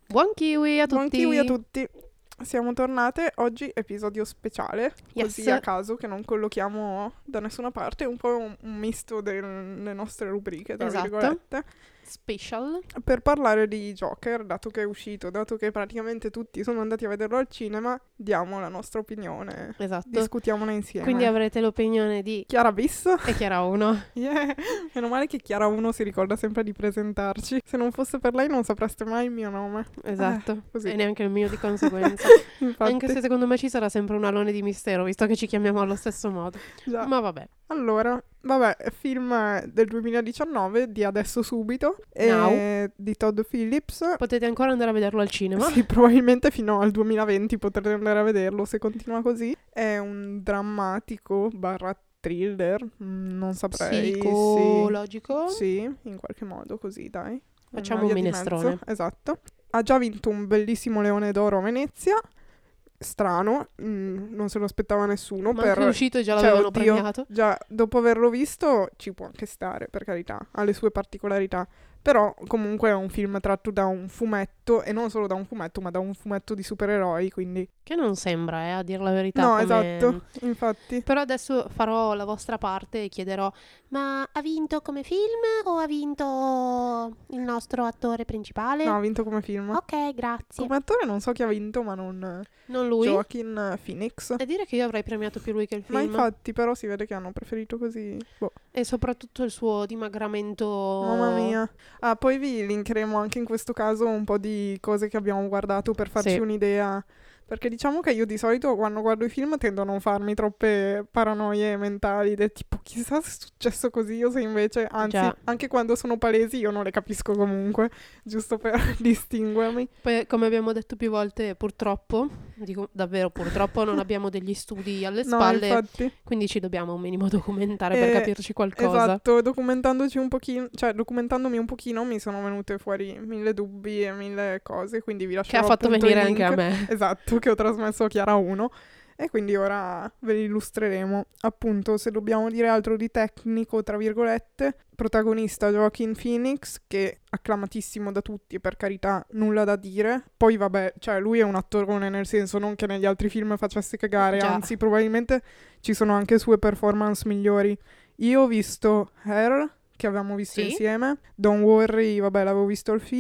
Buon kiwi a tutti! Buon kiwi a tutti! Siamo tornate, oggi episodio speciale, così a caso che non collochiamo da nessuna parte, è un po' un misto delle nostre rubriche, tra virgolette. Special. Per parlare di Joker, dato che è uscito, dato che praticamente tutti sono andati a vederlo al cinema, diamo la nostra opinione, discutiamone insieme. Quindi avrete l'opinione di Chiara bis e Chiara 1. Yeah. Meno male che Chiara 1 si ricorda sempre di presentarci. Se non fosse per lei non sapreste mai il mio nome. Esatto, così. E neanche il mio di conseguenza. Infatti. Anche se secondo me ci sarà sempre un alone di mistero, visto che ci chiamiamo allo stesso modo. Già. Ma vabbè. Allora, film del 2019 di Adesso Subito di Todd Phillips. Potete ancora andare a vederlo al cinema? Sì, probabilmente fino al 2020 potrete andare a vederlo se continua così. È un drammatico / thriller, non saprei. Psicologico? Sì, in qualche modo così, dai. Facciamo un minestrone. Esatto. Ha già vinto un bellissimo Leone d'Oro a Venezia. Strano, non se lo aspettava nessuno. Ma anche uscito e già l'avevano premiato. Già, dopo averlo visto ci può anche stare, per carità, ha le sue particolarità. Però comunque è un film tratto da un fumetto, e non solo da un fumetto, ma da un fumetto di supereroi, quindi... Che non sembra, a dire la verità. No, esatto, infatti. Però adesso farò la vostra parte e chiederò: ma ha vinto come film o ha vinto il nostro attore principale? No, ha vinto come film. Ok, grazie. Come attore non so chi ha vinto, ma non lui? Joaquin Phoenix. E dire che io avrei premiato più lui che il film. Ma infatti, però si vede che hanno preferito così. Boh. E soprattutto il suo dimagramento. Mamma mia. Ah, poi vi linkeremo anche in questo caso un po' di cose che abbiamo guardato per farci un'idea. Perché diciamo che io di solito quando guardo i film tendo a non farmi troppe paranoie mentali del tipo chissà se è successo così o se invece, anzi, anche quando sono palesi io non le capisco comunque, giusto per distinguermi. Poi, come abbiamo detto più volte, purtroppo, dico davvero purtroppo, non abbiamo degli studi alle spalle, infatti. Quindi ci dobbiamo un minimo documentare per capirci qualcosa. Esatto, documentandomi un pochino mi sono venute fuori 1000 dubbi e 1000 cose, quindi vi lascerò che ha fatto venire anche a me. Esatto, che ho trasmesso a Chiara 1 e quindi ora ve li illustreremo. Appunto, se dobbiamo dire altro di tecnico, tra virgolette, protagonista Joaquin Phoenix, che è acclamatissimo da tutti, per carità, nulla da dire. Poi vabbè, cioè lui è un attorone, nel senso non che negli altri film facesse cagare, anzi probabilmente ci sono anche sue performance migliori. Io ho visto Hair, che avevamo visto insieme. Don't Worry, vabbè, l'avevo visto al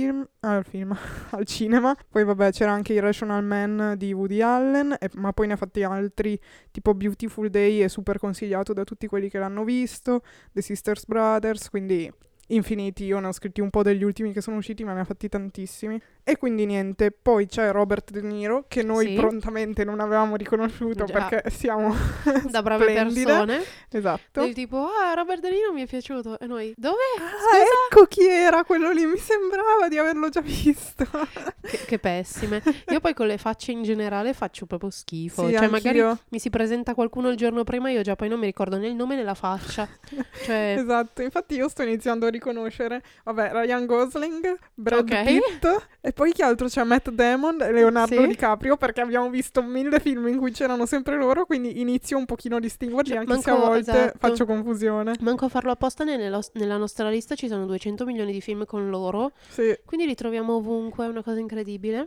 cinema. Poi vabbè, c'era anche Irrational Man di Woody Allen, ma poi ne ha fatti altri, tipo Beautiful Day, è super consigliato da tutti quelli che l'hanno visto, The Sisters Brothers, quindi infiniti. Io ne ho scritti un po' degli ultimi che sono usciti, ma ne ha fatti tantissimi. E quindi niente, poi c'è Robert De Niro, che noi prontamente non avevamo riconosciuto perché siamo da brave persone. Esatto. Del tipo, Robert De Niro mi è piaciuto. E noi, dove? Ecco chi era quello lì, mi sembrava di averlo già visto. Che pessime. Io poi con le facce in generale faccio proprio schifo. Sì, cioè anch'io. Magari mi si presenta qualcuno il giorno prima, io già poi non mi ricordo né il nome né la faccia. Cioè... Esatto, infatti io sto iniziando a riconoscere, vabbè, Ryan Gosling, Brad Pitt, e poi chi altro c'è? Matt Damon e Leonardo DiCaprio, perché abbiamo visto 1000 film in cui c'erano sempre loro, quindi inizio un pochino a distinguerli, anche se a volte faccio confusione. Manco a farlo apposta, nella nostra lista ci sono 200 milioni di film con loro, quindi li troviamo ovunque, è una cosa incredibile.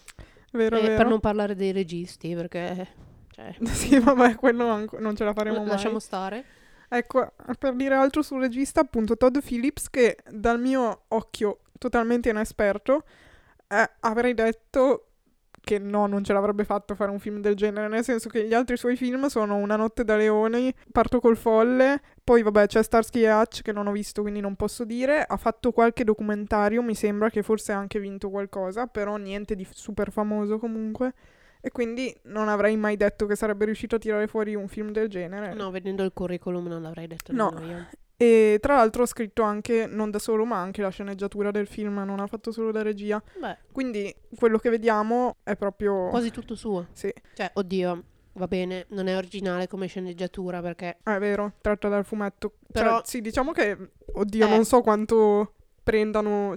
Vero. Per non parlare dei registi, perché... Sì, vabbè, quello non ce la faremo mai. Lasciamo stare. Ecco, per dire altro sul regista, appunto Todd Phillips, che dal mio occhio totalmente inesperto avrei detto che non ce l'avrebbe fatto fare un film del genere, nel senso che gli altri suoi film sono Una notte da leoni, Parto col folle, poi vabbè c'è Starsky e Hutch che non ho visto quindi non posso dire, ha fatto qualche documentario, mi sembra che forse ha anche vinto qualcosa, però niente di super famoso comunque. E quindi non avrei mai detto che sarebbe riuscito a tirare fuori un film del genere. No, vedendo il curriculum non l'avrei detto nemmeno io. E tra l'altro ha scritto anche, non da solo, ma anche la sceneggiatura del film, non ha fatto solo la regia. Quindi quello che vediamo è proprio... quasi tutto suo. Sì. Cioè, oddio, va bene, non è originale come sceneggiatura perché... È vero, tratta dal fumetto. Però... Cioè, sì, diciamo che, oddio, non so quanto prendono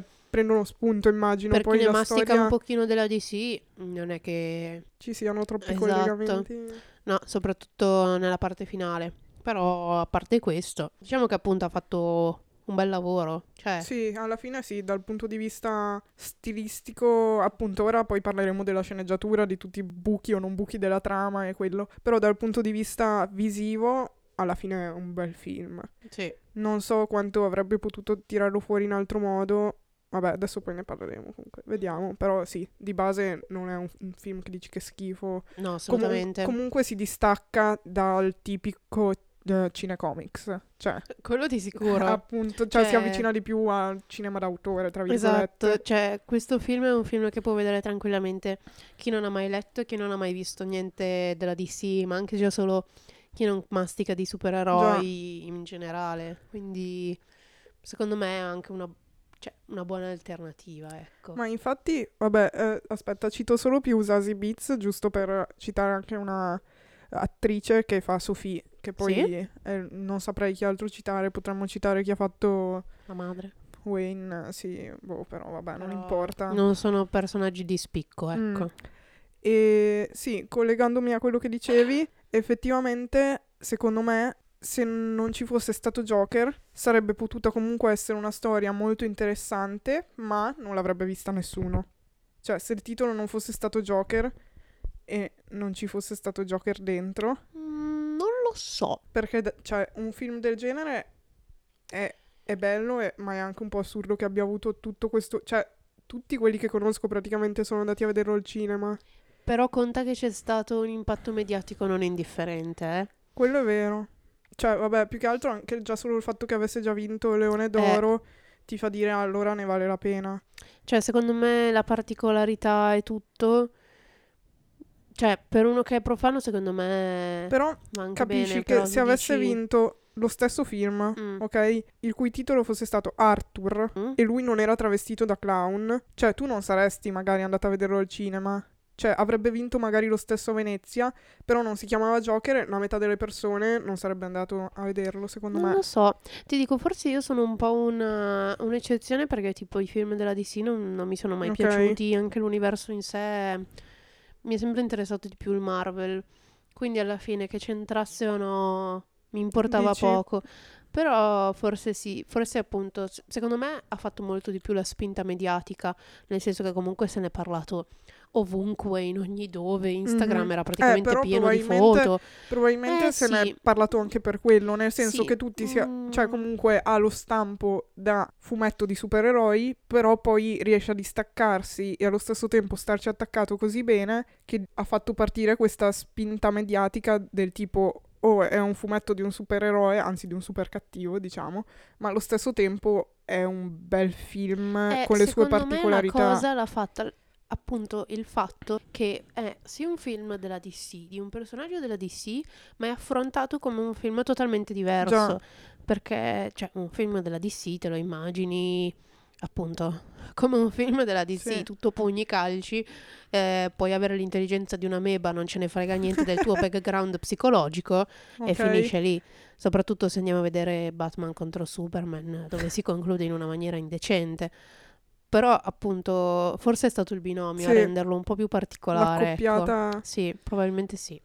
spunto, immagino. Per poi chi ne la mastica storia... un pochino della DC, non è che... ci siano troppi collegamenti. No, soprattutto nella parte finale. Però, a parte questo, diciamo che appunto ha fatto un bel lavoro. Cioè, Sì, alla fine sì, dal punto di vista stilistico, appunto ora poi parleremo della sceneggiatura, di tutti i buchi o non buchi della trama e quello, però dal punto di vista visivo, alla fine è un bel film. sì. Non so quanto avrebbe potuto tirarlo fuori in altro modo. Vabbè, adesso poi ne parleremo comunque. Vediamo. Però sì, di base non è un film che dici che schifo. No, assolutamente. Comunque si distacca dal tipico cinecomics. Cioè, Quello di sicuro. appunto, cioè si Cioè, avvicina di più al cinema d'autore, tra virgolette. esatto, cioè questo film è un film che può vedere tranquillamente chi non ha mai letto e chi non ha mai visto niente della DC, ma anche già solo chi non mastica di supereroi in generale. Quindi secondo me è anche una buona alternativa, ecco. Ma infatti, vabbè, aspetta, cito solo più Zazie Beetz, giusto per citare anche una attrice che fa Sophie, che poi Sì? non saprei chi altro citare, potremmo citare chi ha fatto La madre. Wayne, sì, boh, però vabbè, non Però importa. non sono personaggi di spicco, Mm. ecco. E sì, collegandomi a quello che dicevi, effettivamente, secondo me, se non ci fosse stato Joker, sarebbe potuta comunque essere una storia molto interessante, ma non l'avrebbe vista nessuno. Cioè, se il titolo non fosse stato Joker e non ci fosse stato Joker dentro, Non lo so. perché cioè, un film del genere è bello, ma è anche un po' assurdo che abbia avuto tutto questo... Cioè, tutti quelli che conosco praticamente sono andati a vederlo al cinema. Però conta che c'è stato un impatto mediatico non indifferente, eh. Quello è vero. Cioè, vabbè, più che altro anche già solo il fatto che avesse già vinto il Leone d'Oro ti fa dire allora ne vale la pena. Cioè, secondo me la particolarità e tutto, cioè, per uno che è profano, secondo me Però va anche capisci bene, che però se se avesse dici... vinto lo stesso film, Mm, ok? Il cui titolo fosse stato Arthur mm, e lui non era travestito da clown, cioè tu non saresti magari andata a vederlo al cinema. Cioè avrebbe vinto magari lo stesso a Venezia, però non si chiamava Joker e la metà delle persone non sarebbe andato a vederlo, secondo non me. lo so, ti dico, forse io sono un po' un'eccezione perché tipo i film della DC non mi sono mai Ok. piaciuti, anche l'universo in sé mi è sempre interessato di più il Marvel, quindi alla fine che c'entrasse o no mi importava Dici? poco. Però forse sì, forse appunto, secondo me ha fatto molto di più la spinta mediatica, nel senso che comunque se ne è parlato ovunque, in ogni dove, Instagram Mhm. era praticamente Però pieno di foto. probabilmente se ne è Sì, parlato anche per quello, nel senso sì, che cioè comunque ha lo stampo da fumetto di supereroi, però poi riesce a distaccarsi e allo stesso tempo starci attaccato così bene che ha fatto partire questa spinta mediatica del tipo oh, è un fumetto di un supereroe, anzi di un super cattivo, diciamo, ma allo stesso tempo è un bel film con le sue secondo me la particolarità. cosa l'ha fatta appunto il fatto che è sì un film della DC, di un personaggio della DC, ma è affrontato come un film totalmente Già, diverso. Perché, cioè, un film della DC te lo immagini appunto come un film della DC, sì, tutto pugni calci, puoi avere l'intelligenza di una meba, non ce ne frega niente del tuo background psicologico e ok. finisce lì. Soprattutto se andiamo a vedere Batman contro Superman, dove si conclude in una maniera indecente. Però, appunto, forse è stato il binomio a Sì, renderlo un po' più particolare, ecco. l'accoppiata. Sì, probabilmente sì.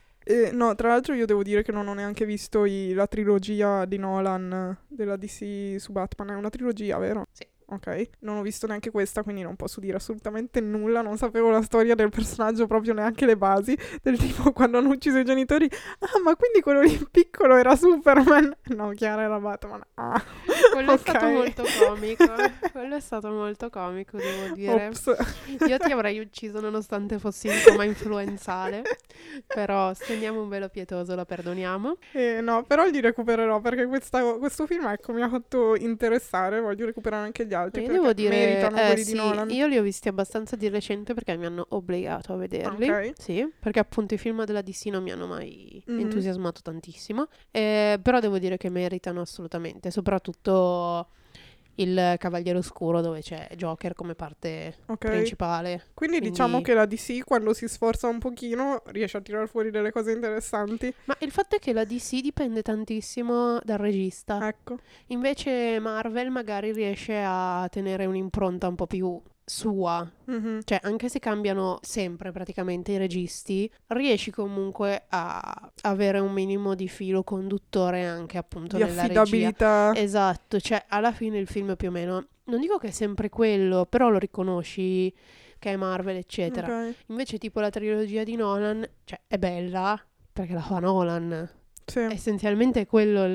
No, tra l'altro io devo dire che non ho neanche visto la trilogia di Nolan della DC su Batman. È una trilogia, vero? Sì. Ok, non ho visto neanche questa, quindi non posso dire assolutamente nulla. Non sapevo la storia del personaggio, proprio neanche le basi. Del tipo quando hanno ucciso i genitori. Ah, ma quindi quello lì piccolo era Superman? No, Chiara era Batman. Ah, Quello è stato ok. molto comico. Quello è stato molto comico, devo dire. Ops. Io ti avrei ucciso nonostante fossi in coma influenzale. Però stendiamo un velo pietoso, la perdoniamo. No, però li recupererò perché questo film, ecco, mi ha fatto interessare. Voglio recuperare anche gli altri Io perché devo dire, meritano quelli di sì, Nolan. io li ho visti abbastanza di recente perché mi hanno obbligato a vederli. Ok. Sì, perché appunto i film della DC non mi hanno mai Mhm. entusiasmato tantissimo. Però devo dire che meritano assolutamente, soprattutto il Cavaliere Oscuro dove c'è Joker come parte Ok. principale. Quindi diciamo che la DC quando si sforza un pochino riesce a tirar fuori delle cose interessanti. Ma il fatto è che la DC dipende tantissimo dal regista. Ecco. Invece Marvel magari riesce a tenere un'impronta un po' più sua. Mhm. Cioè, anche se cambiano sempre praticamente i registi, riesci comunque a avere un minimo di filo conduttore anche appunto Di nella regia. affidabilità. Esatto, cioè alla fine il film più o meno, non dico che è sempre quello, però lo riconosci che è Marvel, eccetera. Ok. Invece tipo la trilogia di Nolan, cioè è bella perché la fa Nolan. Sì. Essenzialmente è quello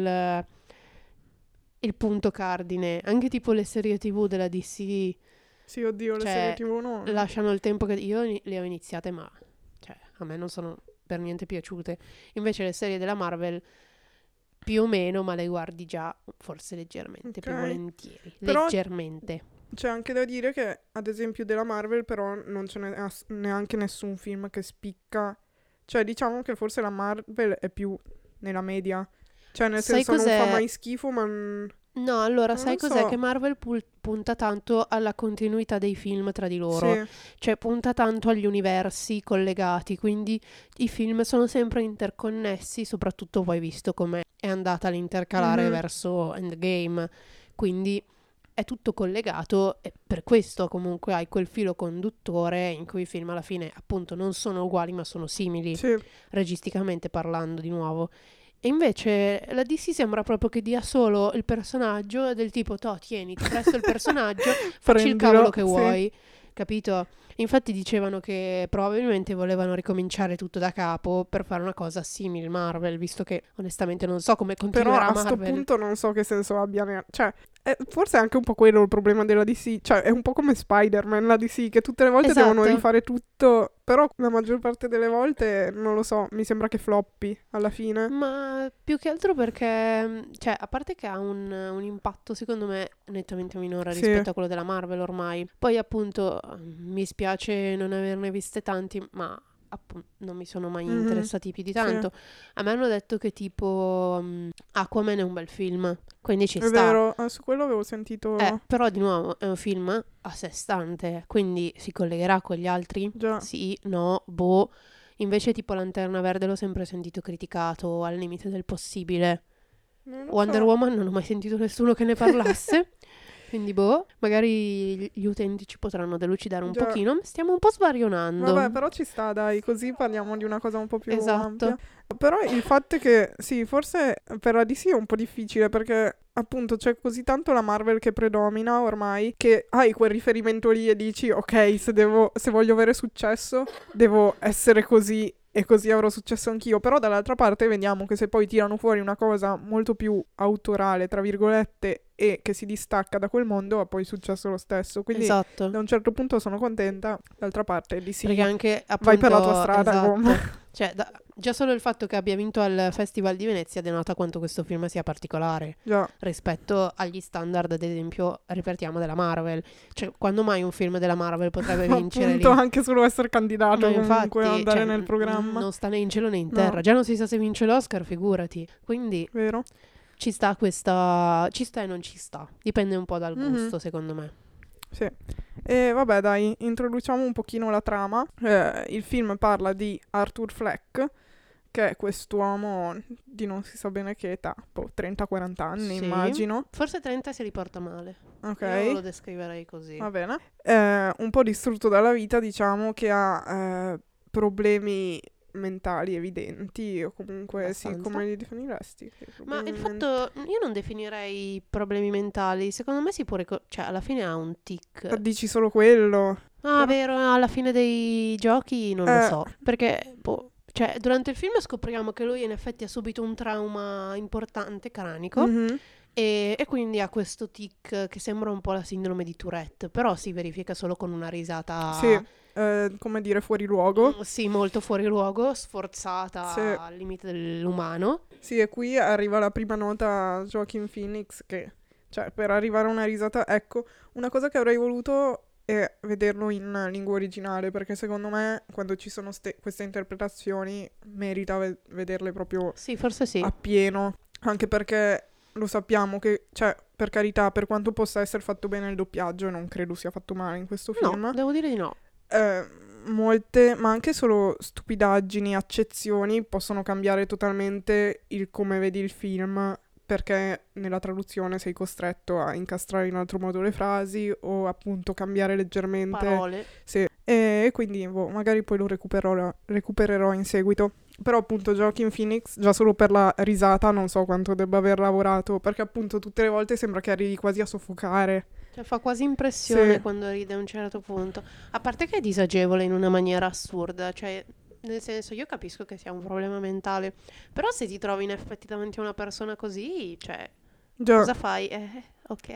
il punto cardine. Anche tipo le serie TV della DC, Sì, oddio, le serie cioè TV no. lasciano il tempo che io le ho iniziate, ma cioè a me non sono per niente piaciute. Invece le serie della Marvel più o meno, ma le guardi già forse leggermente più Ok. volentieri. Però Leggermente. c'è anche da dire che, ad esempio, della Marvel però non ce n'è neanche nessun film che spicca. Cioè, diciamo che forse la Marvel è più nella media. Cioè, nel Sai senso non fa cos'è? mai schifo, ma No, allora, non sai lo cos'è? Che so. Marvel punta tanto alla continuità dei film tra di loro. Sì. Cioè, punta tanto agli universi collegati, quindi i film sono sempre interconnessi, soprattutto poi visto come è andata all'intercalare Mhm. verso Endgame. Quindi è tutto collegato e per questo comunque hai quel filo conduttore in cui i film alla fine appunto non sono uguali ma sono simili, Sì. registicamente parlando di nuovo. E invece la DC sembra proprio che dia solo il personaggio del tipo, toh, tieni, ti presto il personaggio, facci il Prendilo, cavolo che sì. vuoi, capito? Infatti dicevano che probabilmente volevano ricominciare tutto da capo per fare una cosa simile Marvel, visto che onestamente non so come Però continuerà a sto Marvel. punto non so che senso abbia. Cioè, forse è anche un po' quello il problema della DC. Cioè, è un po' come Spider-Man, la DC, che tutte le volte devono Esatto. rifare tutto. Però la maggior parte delle volte, non lo so, mi sembra che floppi alla fine. Ma più che altro perché, cioè, a parte che ha un impatto secondo me nettamente minore Sì. rispetto a quello della Marvel ormai. Poi appunto mi spiace non averne viste tanti, ma appunto non mi sono mai Mhm. interessati più di Sì. tanto. A me hanno detto che tipo Aquaman è un bel film, quindi ci È sta. vero, su quello avevo sentito. Però di nuovo è un film a sé stante, quindi si collegherà con gli altri? Già. Sì, no, boh. Invece tipo Lanterna Verde l'ho sempre sentito criticato al limite del possibile. Non lo Wonder so. Woman non ho mai sentito nessuno che ne parlasse. Quindi boh, magari gli utenti ci potranno delucidare un Già. pochino. Stiamo un po' svarionando. Vabbè, però ci sta, dai, così parliamo di una cosa un po' più Esatto. ampia. Però il fatto è che, sì, forse per la DC è un po' difficile perché, appunto, c'è così tanto la Marvel che predomina ormai che hai quel riferimento lì e dici, ok, se voglio avere successo, devo essere così e così avrò successo anch'io. Però dall'altra parte vediamo che se poi tirano fuori una cosa molto più autorale, tra virgolette, e che si distacca da quel mondo, ha poi successo lo stesso. Quindi Esatto. da un certo punto sono contenta, d'altra parte DC Perché anche appunto vai per la tua strada, esatto. come. Cioè, già solo il fatto che abbia vinto al Festival di Venezia denota quanto questo film sia particolare Già, rispetto agli standard, ad esempio, ripetiamo, della Marvel. Cioè, quando mai un film della Marvel potrebbe vincere appunto, lì? anche solo essere candidato Ma comunque infatti, andare cioè, nel programma. non sta né in cielo né in No. terra. Già non si sa se vince l'Oscar, figurati. Quindi Vero? ci sta questa... Ci sta e non ci sta. Dipende un po' dal Mhm. gusto, secondo me. Sì. E vabbè, dai, introduciamo un pochino la trama. Il film parla di Arthur Fleck, che è quest'uomo di non si sa bene che età, 30-40 anni, Sì. immagino. Forse 30 si riporta male. Ok. Io lo descriverei così. Va bene. Un po' distrutto dalla vita, diciamo che ha problemi mentali evidenti, o comunque sì, Abbastanza. come li definiresti? Sì, Ma il problemi fatto, io non definirei problemi mentali, secondo me si può, cioè alla fine ha un tic. Dici solo quello? Ah, Però- vero, alla fine dei giochi non lo Eh, so, perché boh, cioè durante il film scopriamo che lui in effetti ha subito un trauma importante cranico mhm. e quindi ha questo tic che sembra un po' la sindrome di Tourette, però si verifica solo con una risata, Sì, come dire, fuori luogo. sì, molto fuori luogo, sforzata Sì. al limite dell'umano. Sì, e qui arriva la prima nota a Joaquin Phoenix che, cioè, per arrivare a una risata, ecco, una cosa che avrei voluto è vederlo in lingua originale, perché secondo me quando ci sono queste interpretazioni merita vederle proprio Sì, forse sì. appieno, anche perché lo sappiamo che, cioè, per carità, per quanto possa essere fatto bene il doppiaggio, non credo sia fatto male in questo film. No, devo dire di no. Molte, ma anche solo stupidaggini, accezioni possono cambiare totalmente il come vedi il film perché nella traduzione sei costretto a incastrare in altro modo le frasi o appunto cambiare leggermente. Parole. Sì. E quindi magari poi lo recupererò in seguito. Però appunto Joaquin Phoenix, già solo per la risata, non so quanto debba aver lavorato, perché appunto tutte le volte sembra che arrivi quasi a soffocare. Cioè fa quasi impressione Sì. quando ride a un certo punto. A parte che è disagevole in una maniera assurda, cioè nel senso io capisco che sia un problema mentale, però se ti trovi in effetti davanti a una persona così, cioè Già. cosa fai? Ok?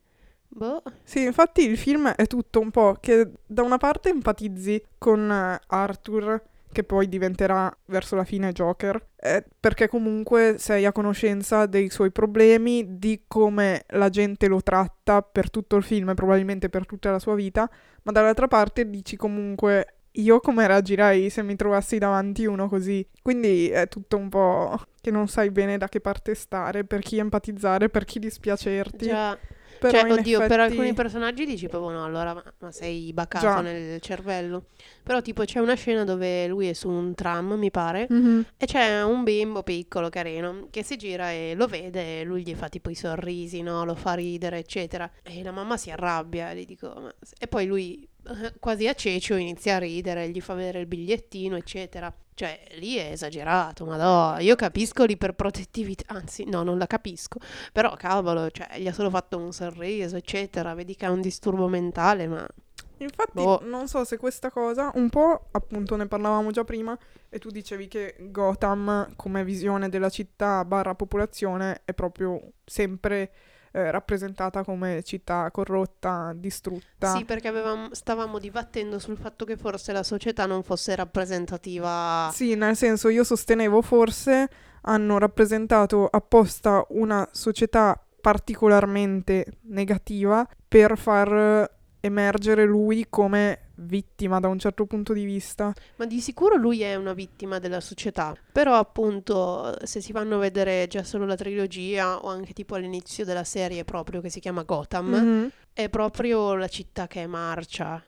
Boh. Sì, infatti il film è tutto un po' che da una parte empatizzi con Arthur, che poi diventerà verso la fine Joker, perché comunque sei a conoscenza dei suoi problemi, di come la gente lo tratta per tutto il film e probabilmente per tutta la sua vita, ma dall'altra parte dici comunque io come reagirei se mi trovassi davanti uno così. Quindi è tutto un po' che non sai bene da che parte stare, per chi empatizzare, per chi dispiacerti. Già. Però Cioè, in oddio, per effetti- alcuni personaggi dici proprio no, allora ma sei bacato Già. nel cervello. Però tipo c'è una scena dove lui è su un tram, mi pare, Mhm. e c'è un bimbo piccolo, carino, che si gira e lo vede e lui gli fa tipo i sorrisi, no? Lo fa ridere, eccetera. E la mamma si arrabbia e gli dico, e poi lui quasi a cecio inizia a ridere, gli fa vedere il bigliettino, eccetera. Cioè, lì è esagerato, madò. Io capisco l'iperprotettività, anzi, no, non la capisco. Però, cavolo, cioè, gli ha solo fatto un sorriso, eccetera. Vedi che ha un disturbo mentale, ma... Infatti Boh. non so se questa cosa, un po' appunto ne parlavamo già prima e tu dicevi che Gotham come visione della città barra popolazione è proprio sempre rappresentata come città corrotta, distrutta. Sì, perché stavamo dibattendo sul fatto che forse la società non fosse rappresentativa. Sì, nel senso io sostenevo forse hanno rappresentato apposta una società particolarmente negativa per far emergere lui come vittima da un certo punto di vista. Ma di sicuro lui è una vittima della società. Però appunto, se si vanno a vedere già solo la trilogia o anche tipo all'inizio della serie proprio che si chiama Gotham, Mhm. è proprio la città che è marcia.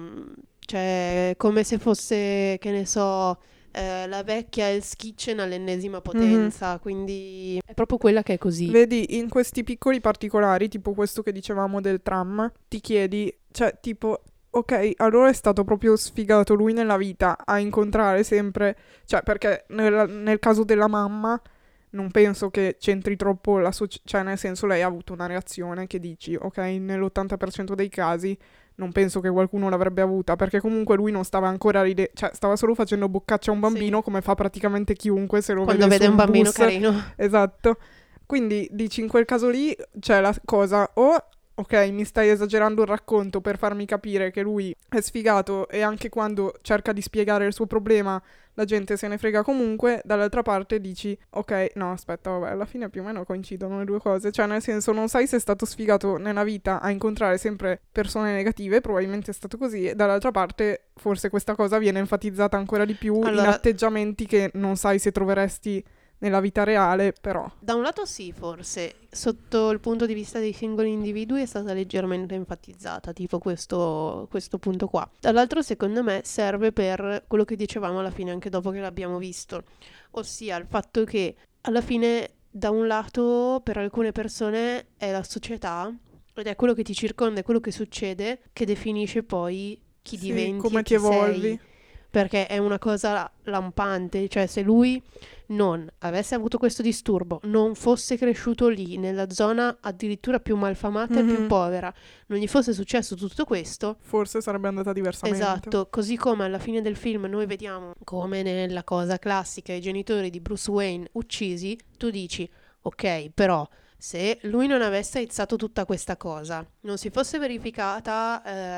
Cioè, come se fosse, che ne so, la vecchia Hell's Kitchen all'ennesima potenza. Quindi è proprio quella che è così. Vedi, in questi piccoli particolari, tipo questo che dicevamo del tram, ti chiedi, cioè tipo, ok, allora è stato proprio sfigato lui nella vita a incontrare sempre, cioè perché nel caso della mamma non penso che c'entri troppo la società, cioè nel senso lei ha avuto una reazione che dici, ok, nell'80% dei casi non penso che qualcuno l'avrebbe avuta, perché comunque lui non stava ancora cioè stava solo facendo boccaccia a un bambino, Sì. come fa praticamente chiunque se lo Quando vede vede su un bambino bus. carino. Esatto. Quindi dici in quel caso lì c'è la cosa o ok, mi stai esagerando il racconto per farmi capire che lui è sfigato e anche quando cerca di spiegare il suo problema la gente se ne frega comunque, dall'altra parte dici ok, no aspetta, vabbè, alla fine più o meno coincidono le due cose, cioè nel senso non sai se è stato sfigato nella vita a incontrare sempre persone negative, probabilmente è stato così, e dall'altra parte forse questa cosa viene enfatizzata ancora di più in Allora, atteggiamenti che non sai se troveresti nella vita reale, però. da un lato sì, forse, sotto il punto di vista dei singoli individui è stata leggermente enfatizzata, tipo questo punto qua. Dall'altro, secondo me, serve per quello che dicevamo alla fine, anche dopo che l'abbiamo visto, ossia il fatto che alla fine, da un lato, per alcune persone è la società ed è quello che ti circonda, è quello che succede, che definisce poi chi Sì, diventi come e ti chi evolvi. sei. Perché è una cosa lampante, cioè se lui non avesse avuto questo disturbo, non fosse cresciuto lì, nella zona addirittura più malfamata e più Mhm. povera, non gli fosse successo tutto questo, Forse sarebbe andata diversamente. esatto, così come alla fine del film noi vediamo come nella cosa classica i genitori di Bruce Wayne uccisi, tu dici, ok, però se lui non avesse aizzato tutta questa cosa, non si fosse verificata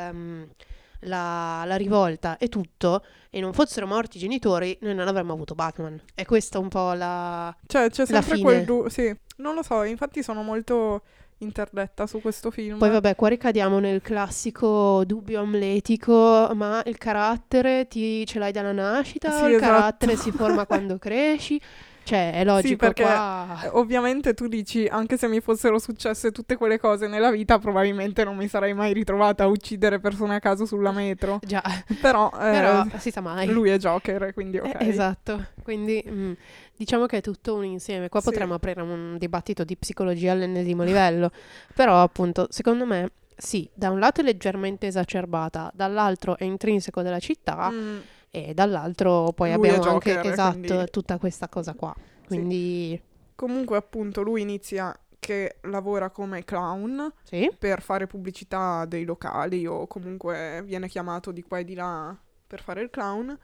la rivolta e tutto, e non fossero morti i genitori, noi non avremmo avuto Batman. E questa è un po' Cioè, c'è la sempre quel fine. sì, non lo so, infatti sono molto interdetta su questo film. Poi vabbè, qua ricadiamo nel classico dubbio amletico, ma il carattere ce l'hai dalla nascita o Sì, il esatto. carattere si forma quando cresci? Cioè, è logico, Sì, perché qua... ovviamente tu dici, anche se mi fossero successe tutte quelle cose nella vita, probabilmente non mi sarei mai ritrovata a uccidere persone a caso sulla metro. Già, Però, però si sa mai. lui è Joker, quindi ok. Esatto, quindi diciamo che è tutto un insieme. Qua Sì. potremmo aprire un dibattito di psicologia all'ennesimo livello, però appunto, secondo me, sì, da un lato è leggermente esacerbata, dall'altro è intrinseco della città Mm, e dall'altro poi Lui è abbiamo anche, Joker, esatto, quindi- tutta questa cosa qua. Quindi, Comunque, appunto, lui inizia che lavora come clown sì, per fare pubblicità dei locali o comunque viene chiamato di qua e di là per fare il clown.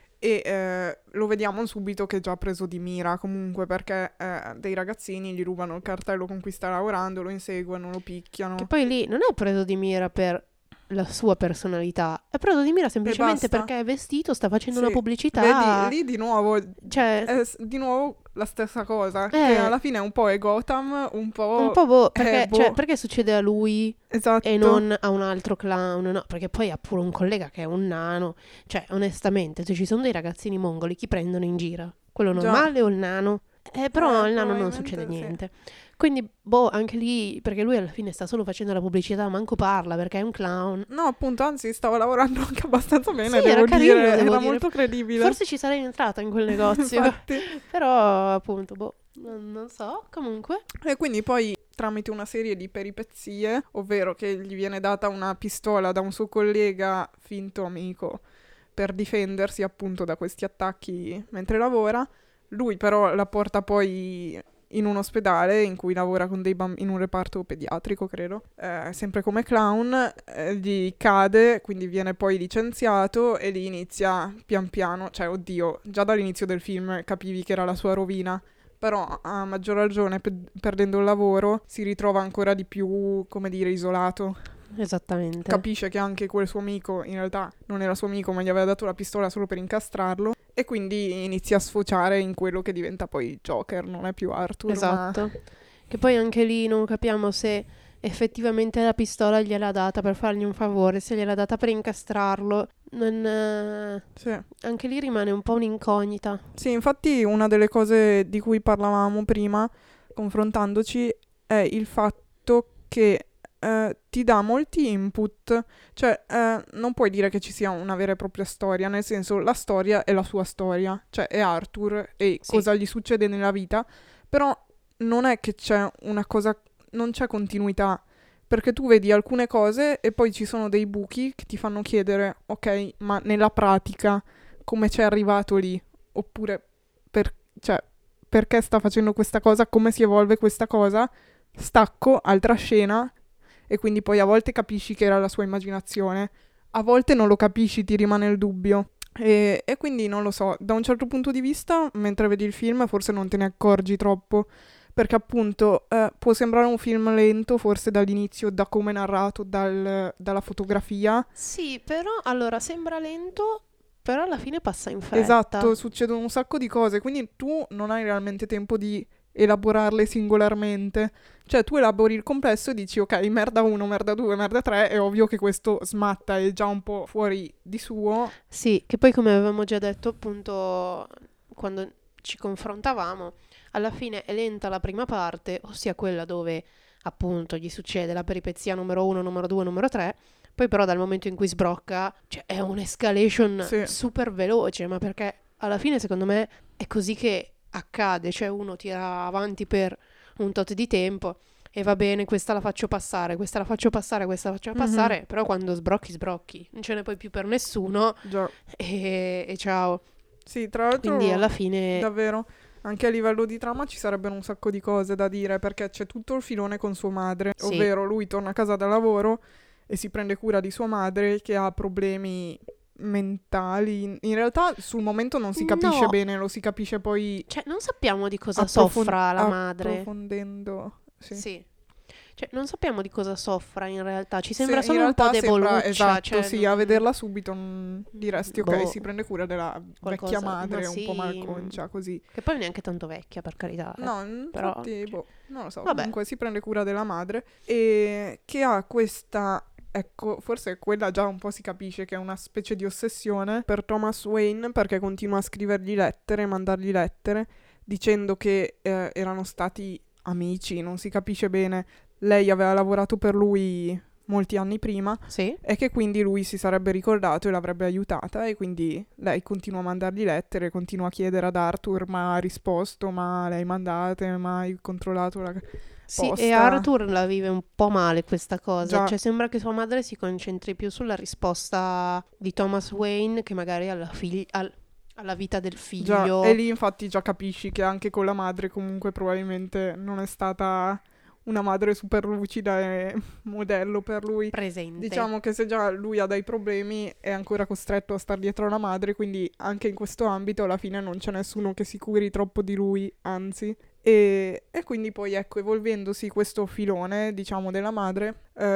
E lo vediamo subito che è già preso di mira comunque perché dei ragazzini gli rubano il cartello con cui sta lavorando, lo inseguono, lo picchiano. che poi lì non è preso di mira per la sua personalità, è preso di mira semplicemente basta. perché è vestito, sta facendo Sì, una pubblicità. vedi, lì di nuovo Cioè, è di nuovo la stessa cosa, che alla fine un po' è Gotham, un po'... un po' perché, boh. cioè, perché succede a lui Esatto. e non a un altro clown? No, perché poi ha pure un collega che è un nano. Cioè, onestamente, se ci sono dei ragazzini mongoli, chi prendono in giro? Quello Già. normale o il nano? Però il nano non probabilmente succede sì. niente. Quindi, anche lì, perché lui alla fine sta solo facendo la pubblicità, manco parla perché è un clown. No, appunto, anzi, stava lavorando anche abbastanza bene, Sì, devo era carino, dire. devo Era dire. molto credibile. Forse ci sarei entrata in quel negozio. Infatti. Però, appunto, non so, comunque. E quindi poi, tramite una serie di peripezie, ovvero che gli viene data una pistola da un suo collega finto amico per difendersi appunto da questi attacchi mentre lavora, lui però la porta poi in un ospedale in cui lavora con dei bambini, in un reparto pediatrico, credo, sempre come clown, gli cade, quindi viene poi licenziato e lì inizia pian piano, cioè oddio, già dall'inizio del film capivi che era la sua rovina, però a maggior ragione perdendo il lavoro si ritrova ancora di più, come dire, isolato. Esattamente. Capisce che anche quel suo amico in realtà non era suo amico, ma gli aveva dato la pistola solo per incastrarlo. E quindi inizia a sfociare in quello che diventa poi Joker, non è più Arthur. Esatto. Che poi anche lì non capiamo se effettivamente la pistola gliel'ha data per fargli un favore, se gliel'ha data per incastrarlo. Sì. Anche lì rimane un po' un'incognita. Sì, infatti una delle cose di cui parlavamo prima, confrontandoci, è il fatto che ti dà molti input, cioè non puoi dire che ci sia una vera e propria storia, nel senso la storia è la sua storia, cioè è Arthur e Sì. cosa gli succede nella vita, però non è che c'è una cosa, non c'è continuità, perché tu vedi alcune cose e poi ci sono dei buchi che ti fanno chiedere, ok, ma nella pratica come c'è arrivato lì? Oppure cioè, perché sta facendo questa cosa, come si evolve questa cosa, stacco, altra scena, e quindi poi a volte capisci che era la sua immaginazione, a volte non lo capisci, ti rimane il dubbio. E quindi non lo so, da un certo punto di vista, mentre vedi il film, forse non te ne accorgi troppo, perché appunto può sembrare un film lento, forse dall'inizio, da come è narrato, dalla fotografia. Sì, però allora sembra lento, però alla fine passa in fretta. Esatto, succedono un sacco di cose, quindi tu non hai realmente tempo di elaborarle singolarmente. Cioè tu elabori il complesso e dici ok, merda 1, merda 2, merda 3, è ovvio che questo smatta, è già un po' fuori di suo. Sì, che poi come avevamo già detto appunto quando ci confrontavamo, alla fine è lenta la prima parte, ossia quella dove appunto gli succede la peripezia numero 1, numero 2, numero 3, poi però dal momento in cui sbrocca, cioè è un'escalation Sì. super veloce, ma perché alla fine secondo me è così che accade, cioè uno tira avanti per un tot di tempo e va bene, questa la faccio passare, questa la faccio passare, questa la faccio passare, però quando sbrocchi, non ce n'è poi più per nessuno Già. e ciao. Sì, tra l'altro Quindi alla fine davvero anche a livello di trama ci sarebbero un sacco di cose da dire, perché c'è tutto il filone con sua madre, Sì. ovvero lui torna a casa da lavoro e si prende cura di sua madre che ha problemi mentali. In realtà sul momento non si capisce No. bene, lo si capisce poi cioè non sappiamo di cosa approfon- soffra la madre. approfondendo. Sì. Sì. Cioè non sappiamo di cosa soffra in realtà, ci sembra Sì, solo in un po' realtà sembra, deboluccia, esatto, cioè, sì, a vederla subito diresti ok, Boh. si prende cura della Qualcosa- vecchia madre ma un po' sì, malconcia, così. che poi neanche tanto vecchia per carità. No, però, infatti, cioè, boh, non lo so, vabbè. comunque si prende cura della madre e che ha questa, ecco, forse quella già un po' si capisce che è una specie di ossessione per Thomas Wayne perché continua a scrivergli lettere, mandargli lettere, dicendo che erano stati amici, non si capisce bene. Lei aveva lavorato per lui molti anni prima Sì. e che quindi lui si sarebbe ricordato e l'avrebbe aiutata, e quindi lei continua a mandargli lettere, continua a chiedere ad Arthur ma ha risposto, ma le hai mandate, ma hai controllato la Sì, posta. e Arthur la vive un po' male questa cosa, Già. cioè sembra che sua madre si concentri più sulla risposta di Thomas Wayne che magari alla vita del Già, figlio e lì infatti già capisci che anche con la madre comunque probabilmente non è stata una madre super lucida e modello per lui. presente. Diciamo che se già lui ha dei problemi è ancora costretto a star dietro alla madre, quindi anche in questo ambito alla fine non c'è nessuno che si curi troppo di lui, anzi. E quindi poi ecco, evolvendosi questo filone, diciamo, della madre,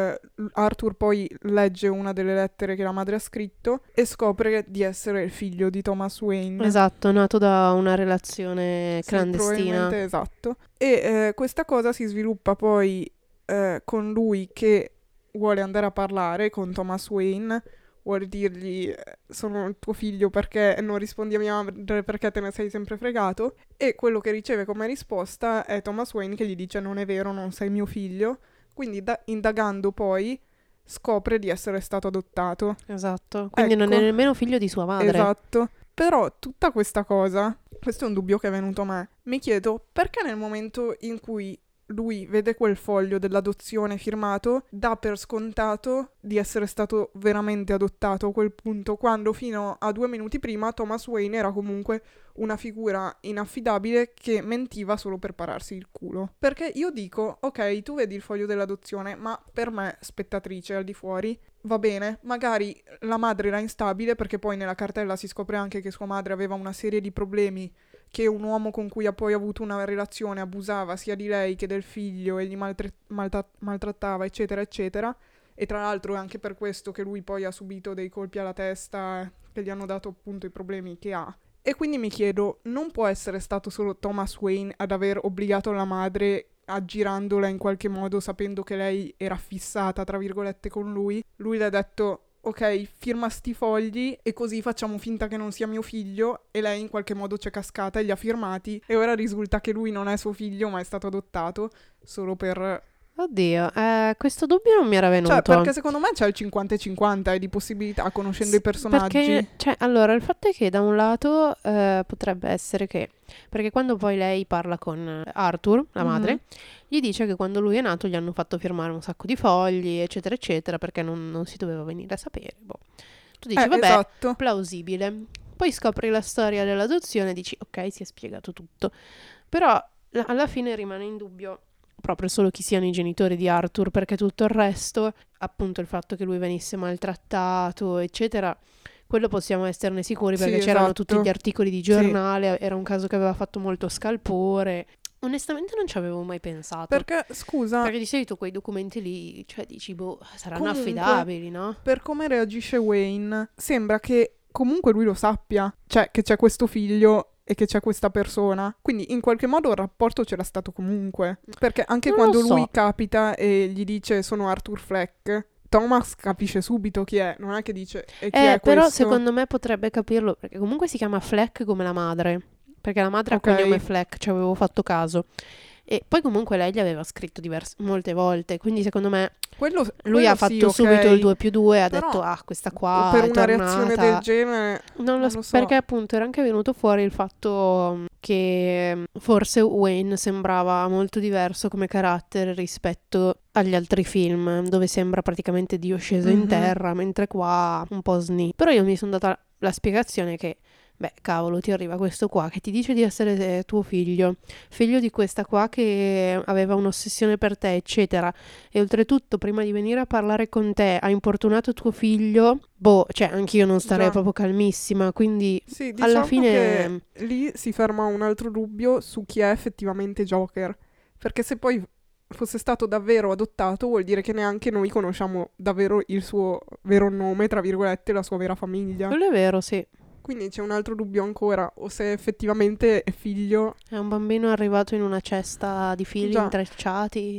Arthur poi legge una delle lettere che la madre ha scritto e scopre di essere il figlio di Thomas Wayne. Esatto, nato da una relazione Sì, clandestina. probabilmente esatto. E questa cosa si sviluppa poi con lui che vuole andare a parlare con Thomas Wayne, vuole dirgli sono il tuo figlio perché non rispondi a mia madre perché te ne sei sempre fregato, e quello che riceve come risposta è Thomas Wayne che gli dice non è vero, non sei mio figlio, quindi indagando poi scopre di essere stato adottato. Esatto, quindi non è Ecco. nemmeno figlio di sua madre. Esatto. Però tutta questa cosa, questo è un dubbio che è venuto a me, mi chiedo perché nel momento in cui lui vede quel foglio dell'adozione firmato, dà per scontato di essere stato veramente adottato a quel punto, quando fino a 2 minuti prima Thomas Wayne era comunque una figura inaffidabile che mentiva solo per pararsi il culo. Perché io dico, ok, tu vedi il foglio dell'adozione, ma per me, spettatrice al di fuori, va bene, magari la madre era instabile perché poi nella cartella si scopre anche che sua madre aveva una serie di problemi, che un uomo con cui ha poi avuto una relazione abusava sia di lei che del figlio e gli maltrattava, eccetera, eccetera. E tra l'altro è anche per questo che lui poi ha subito dei colpi alla testa che gli hanno dato appunto i problemi che ha. E quindi mi chiedo, non può essere stato solo Thomas Wayne ad aver obbligato la madre, aggirandola in qualche modo sapendo che lei era fissata, tra virgolette, con lui? Lui le ha detto ok, firma sti fogli e così facciamo finta che non sia mio figlio, e lei in qualche modo c'è cascata e li ha firmati e ora risulta che lui non è suo figlio ma è stato adottato solo per... Oddio, questo dubbio non mi era venuto. Cioè, perché secondo me c'è il 50-50 di possibilità conoscendo i personaggi. Perché, cioè, allora, il fatto è che da un lato potrebbe essere che, perché quando poi lei parla con Arthur, la madre, gli dice che quando lui è nato gli hanno fatto firmare un sacco di fogli, eccetera, eccetera, perché non si doveva venire a sapere. Boh. Tu dici, vabbè, Esatto. plausibile. Poi scopri la storia dell'adozione e dici, ok, si è spiegato tutto. Però alla fine rimane in dubbio proprio solo chi siano i genitori di Arthur, perché tutto il resto, appunto il fatto che lui venisse maltrattato, eccetera, quello possiamo esserne sicuri perché Sì, c'erano esatto. tutti gli articoli di giornale, era un caso che aveva fatto molto scalpore. Onestamente non ci avevo mai pensato. Perché, scusa, Perché di solito quei documenti lì, cioè dici, boh, saranno Comunque, affidabili, no? per come reagisce Wayne, sembra che comunque lui lo sappia, cioè che c'è questo figlio e che c'è questa persona. Quindi in qualche modo il rapporto c'era stato comunque. Perché anche Non quando lo so. lui capita e gli dice sono Arthur Fleck, Thomas capisce subito chi è, non è che dice e chi è Però questo? secondo me potrebbe capirlo, perché comunque si chiama Fleck come la madre. Perché la madre Ok. ha cognome Fleck, ci avevo fatto caso. E poi comunque lei gli aveva scritto molte volte, quindi secondo me lui quello ha sì, fatto ok. subito il 2+2 e ha Però, detto, questa qua per è una reazione tornata. del genere Non lo so. perché appunto era anche venuto fuori il fatto che forse Wayne sembrava molto diverso come carattere rispetto agli altri film, dove sembra praticamente Dio sceso in terra, mentre qua un po' sni. Però io mi sono data la spiegazione che, beh, cavolo, ti arriva questo qua che ti dice di essere tuo figlio di questa qua che aveva un'ossessione per te, eccetera, e oltretutto prima di venire a parlare con te ha importunato tuo figlio. Boh, cioè anch'io non starei Già. proprio calmissima, quindi Sì, alla diciamo fine che lì si ferma un altro dubbio su chi è effettivamente Joker. Perché se poi fosse stato davvero adottato, vuol dire che neanche noi conosciamo davvero il suo vero nome, tra virgolette, la sua vera famiglia. quello è vero, sì. Quindi c'è un altro dubbio ancora, o se effettivamente è figlio. È un bambino arrivato in una cesta di fili Già. intrecciati.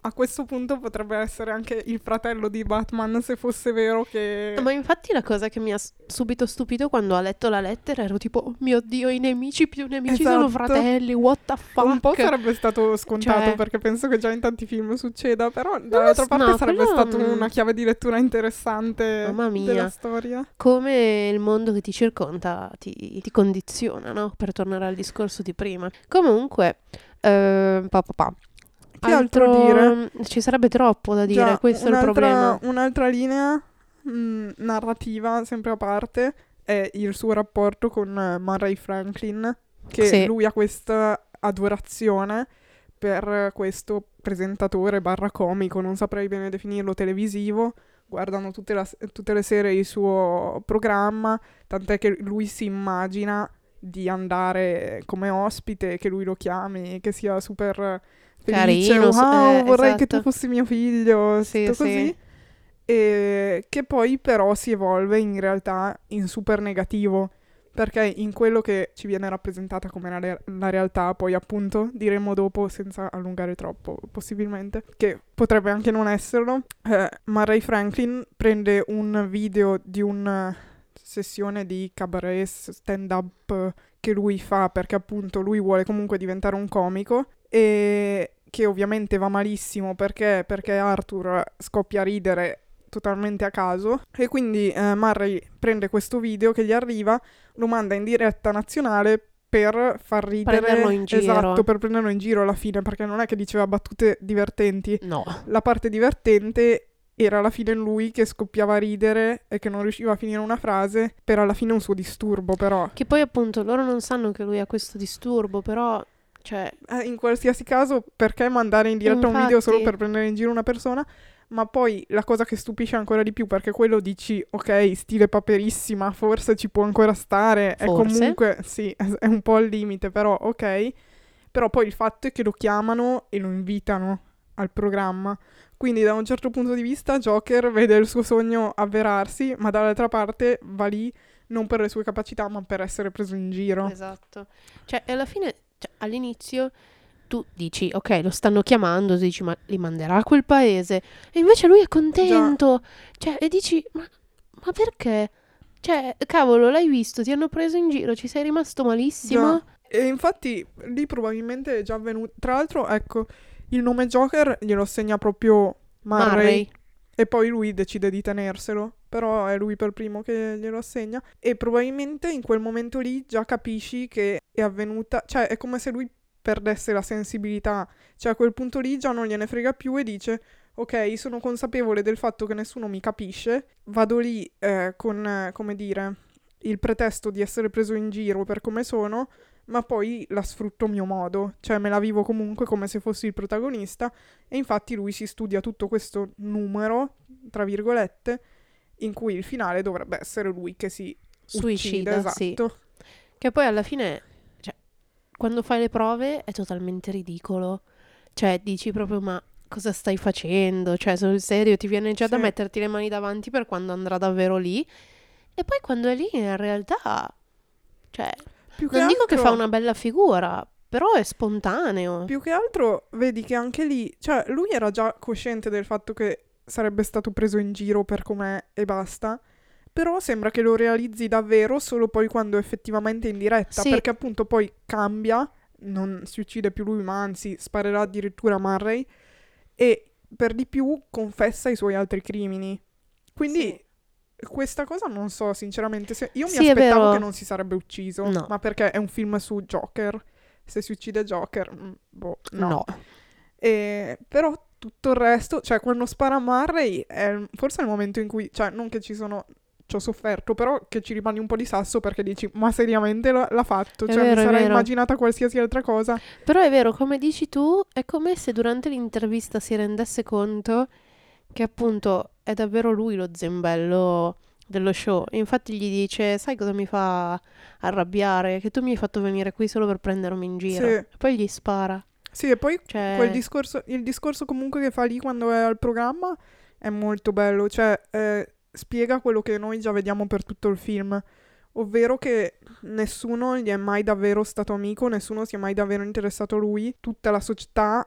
a questo punto potrebbe essere anche il fratello di Batman, se fosse vero che... Ma infatti la cosa che mi ha subito stupito quando ha letto la lettera ero tipo, oh mio Dio, i nemici più nemici sono Esatto. fratelli, what the fuck? Un po' sarebbe stato scontato, Cioè- perché penso che già in tanti film succeda, però dall'altra parte no, sarebbe quello- stata una chiave di lettura interessante Mamma mia. della storia. Come il mondo che ti circonda ti condiziona, no? Per tornare al discorso di prima. Comunque, Che altro dire? Ci sarebbe troppo da dire, Già, questo è il problema. un'altra linea narrativa, sempre a parte, è il suo rapporto con Murray Franklin, che Sì. lui ha questa adorazione per questo presentatore barra comico, non saprei bene definirlo, televisivo. Guardano tutte le sere il suo programma, tant'è che lui si immagina di andare come ospite, che lui lo chiami, che sia super felice, Carino, wow, vorrei che tu esatto. fossi mio figlio, Sì, tutto così. sì. E che poi però si evolve in realtà in super negativo, perché in quello che ci viene rappresentata come la realtà, poi appunto diremo dopo senza allungare troppo possibilmente, che potrebbe anche non esserlo, Murray Franklin prende un video di una sessione di cabaret stand-up che lui fa perché appunto lui vuole comunque diventare un comico, e che ovviamente va malissimo perché Arthur scoppia a ridere totalmente a caso, e quindi Murray prende questo video che gli arriva, lo manda in diretta nazionale per far ridere, Prenderlo in giro. esatto, per prenderlo in giro alla fine, perché non è che diceva battute divertenti, No. la parte divertente era alla fine lui che scoppiava a ridere e che non riusciva a finire una frase, per alla fine un suo disturbo però. Che poi appunto loro non sanno che lui ha questo disturbo, però, cioè, In qualsiasi caso, perché mandare in diretta un video solo infatti, per prendere in giro una persona? Ma poi la cosa che stupisce ancora di più, perché quello dici, ok, stile paperissima, forse ci può ancora stare, è Forse. comunque, sì, è un po' al limite, però ok. Però poi il fatto è che lo chiamano e lo invitano al programma. Quindi da un certo punto di vista Joker vede il suo sogno avverarsi, ma dall'altra parte va lì non per le sue capacità, ma per essere preso in giro. esatto. Cioè, alla fine, cioè, all'inizio tu dici, ok, lo stanno chiamando, dici, ma li manderà a quel paese. E invece lui è contento. Cioè, e dici, ma perché? Cioè, cavolo, l'hai visto, ti hanno preso in giro, ci sei rimasto malissimo. Già. E infatti lì probabilmente è già avvenuto. Tra l'altro, ecco, il nome Joker glielo assegna proprio Murray. Murray. E poi lui decide di tenerselo. Però è lui per primo che glielo assegna. E probabilmente in quel momento lì già capisci che è avvenuta. Cioè, è come se lui perdesse la sensibilità. Cioè, a quel punto lì già non gliene frega più e dice: ok, sono consapevole del fatto che nessuno mi capisce. Vado lì con, come dire, il pretesto di essere preso in giro per come sono, ma poi la sfrutto a mio modo, cioè me la vivo comunque come se fossi il protagonista, e infatti lui si studia tutto questo numero, tra virgolette, in cui il finale dovrebbe essere lui che si Suicida, uccide, sì. esatto. Che poi alla fine, cioè, quando fai le prove è totalmente ridicolo. Cioè, dici proprio, ma cosa stai facendo? Cioè, sul serio, ti viene già da Sì. metterti le mani davanti per quando andrà davvero lì. E poi quando è lì, in realtà, cioè, Più che non dico che altro- fa una bella figura, però è spontaneo. Più che altro vedi che anche lì, cioè lui era già cosciente del fatto che sarebbe stato preso in giro per com'è e basta, però sembra che lo realizzi davvero solo poi quando effettivamente è in diretta, Sì. perché appunto poi cambia, non si uccide più lui, ma anzi sparerà addirittura Murray, e per di più confessa i suoi altri crimini. Quindi questa cosa non so sinceramente, io mi Sì, è aspettavo vero. che non si sarebbe ucciso, No. ma perché è un film su Joker. Se si uccide Joker, boh, no. No. Però tutto il resto, cioè quando spara Murray, forse è il momento in cui, cioè non che ci ho sofferto, però che ci rimani un po' di sasso perché dici, ma seriamente l'ha fatto? È Cioè vero, mi è sarei vero. immaginata qualsiasi altra cosa. Però è vero, come dici tu, è come se durante l'intervista si rendesse conto che appunto è davvero lui lo zembello dello show. E infatti gli dice, sai cosa mi fa arrabbiare? Che tu mi hai fatto venire qui solo per prendermi in giro. Sì. E poi gli spara. Sì, e poi Cioè, il discorso comunque che fa lì quando è al programma è molto bello, cioè spiega quello che noi già vediamo per tutto il film, ovvero che nessuno gli è mai davvero stato amico, nessuno si è mai davvero interessato a lui, tutta la società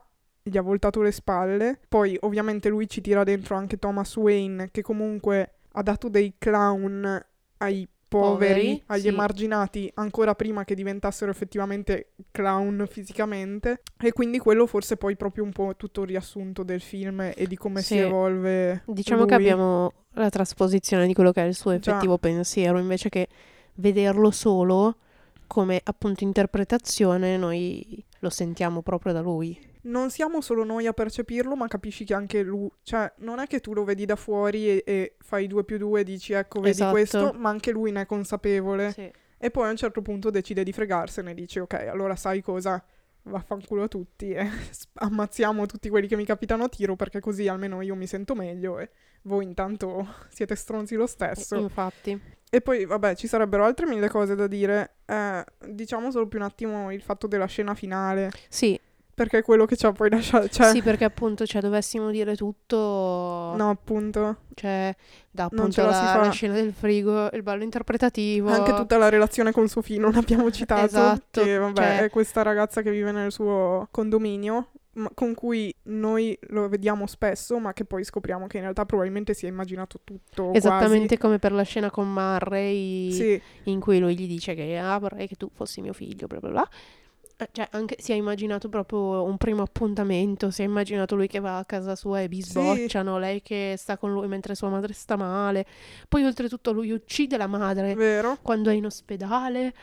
gli ha voltato le spalle. Poi ovviamente lui ci tira dentro anche Thomas Wayne, che comunque ha dato dei clown ai poveri, agli sì. emarginati, ancora prima che diventassero effettivamente clown fisicamente. E quindi quello forse poi proprio un po' tutto il riassunto del film e di come si Sì. evolve Diciamo che lui. abbiamo la trasposizione di quello che è il suo Già. effettivo pensiero, invece che vederlo solo come appunto interpretazione, noi lo sentiamo proprio da lui. Non siamo solo noi a percepirlo, ma capisci che anche lui, cioè non è che tu lo vedi da fuori e fai 2 più 2 e dici ecco vedi Esatto. questo, ma anche lui ne è consapevole. Sì. E poi a un certo punto decide di fregarsene e dice ok, allora sai cosa? Vaffanculo a tutti e ammazziamo tutti quelli che mi capitano a tiro perché così almeno io mi sento meglio e voi intanto siete stronzi lo stesso. Infatti. E poi vabbè ci sarebbero altre 1000 cose da dire, diciamo solo più un attimo il fatto della scena finale. Sì. Perché è quello che ci ha poi lasciato. Cioè, Sì, perché appunto, cioè, dovessimo dire tutto. no, appunto. Cioè, da Non ce appunto la si fa. la scena del frigo, il ballo interpretativo. Anche tutta la relazione con Sophie non abbiamo citato. Esatto, Che vabbè, cioè- è questa ragazza che vive nel suo condominio, con cui noi lo vediamo spesso, ma che poi scopriamo che in realtà probabilmente si è immaginato tutto. Esattamente come per la scena con Murray, Quasi. Sì, in cui lui gli dice che vorrei che tu fossi mio figlio, bla bla bla. Cioè, anche si è immaginato proprio un primo appuntamento, si è immaginato lui che va a casa sua e bisbocciano, lei che sta con lui mentre sua madre sta male. Poi oltretutto lui uccide la madre vero. quando è in ospedale,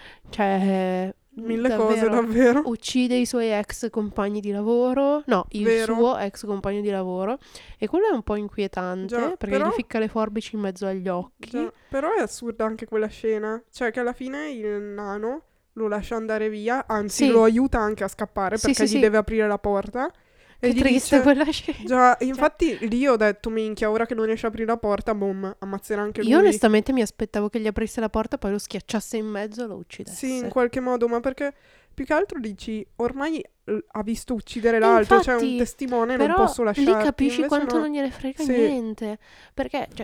cioè 1000 cose davvero. uccide i suoi ex compagni di lavoro, no, il Vero. suo ex compagno di lavoro, e quello è un po' inquietante Già, perché però- gli ficca le forbici in mezzo agli occhi. Già, però è assurda anche quella scena. Cioè che alla fine il nano lo lascia andare via, anzi Sì. lo aiuta anche a scappare Sì, perché sì, gli sì. deve aprire la porta. E Che gli triste dice, quella scena. già, infatti lì ho detto minchia, ora che non riesce a aprire la porta, boom, ammazzerà anche lui. Io onestamente mi aspettavo che gli aprisse la porta, poi lo schiacciasse in mezzo e lo uccidesse. Sì, in qualche modo, ma perché più che altro dici, ormai ha visto uccidere l'altro, cioè un infatti, testimone, non però posso lasciarti. lì capisci Invece quanto no. non gliene frega Sì. niente. Perché, cioè,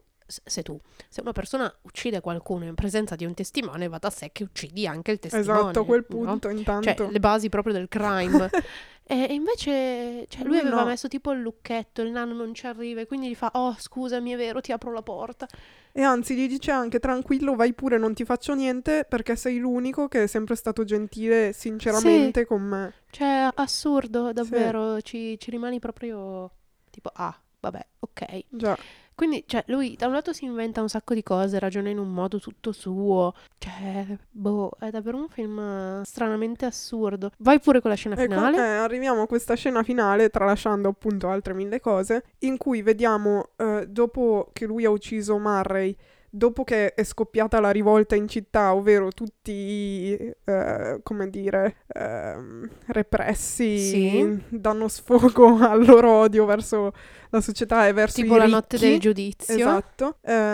se una persona uccide qualcuno in presenza di un testimone, va da sé che uccidi anche il testimone. Esatto, a quel no? punto intanto. Cioè, le basi proprio del crime. E invece, cioè, lui Lui aveva no. messo tipo il lucchetto, il nano non ci arriva, e quindi gli fa, oh, scusami, è vero, ti apro la porta. E anzi gli dice anche tranquillo, vai pure, non ti faccio niente perché sei l'unico che è sempre stato gentile sinceramente con me. Cioè, assurdo, davvero, ci rimani proprio tipo, vabbè, ok. Già. Quindi, cioè, lui da un lato si inventa un sacco di cose, ragiona in un modo tutto suo. Cioè, è davvero un film stranamente assurdo. Vai pure con la scena finale. Arriviamo a questa scena finale, tralasciando appunto altre 1000 cose, in cui vediamo, dopo che lui ha ucciso Murray, dopo che è scoppiata la rivolta in città, ovvero tutti, come dire, repressi, Sì. danno sfogo al loro odio verso la società e verso Tipo i la ricchi. notte del giudizio. Esatto.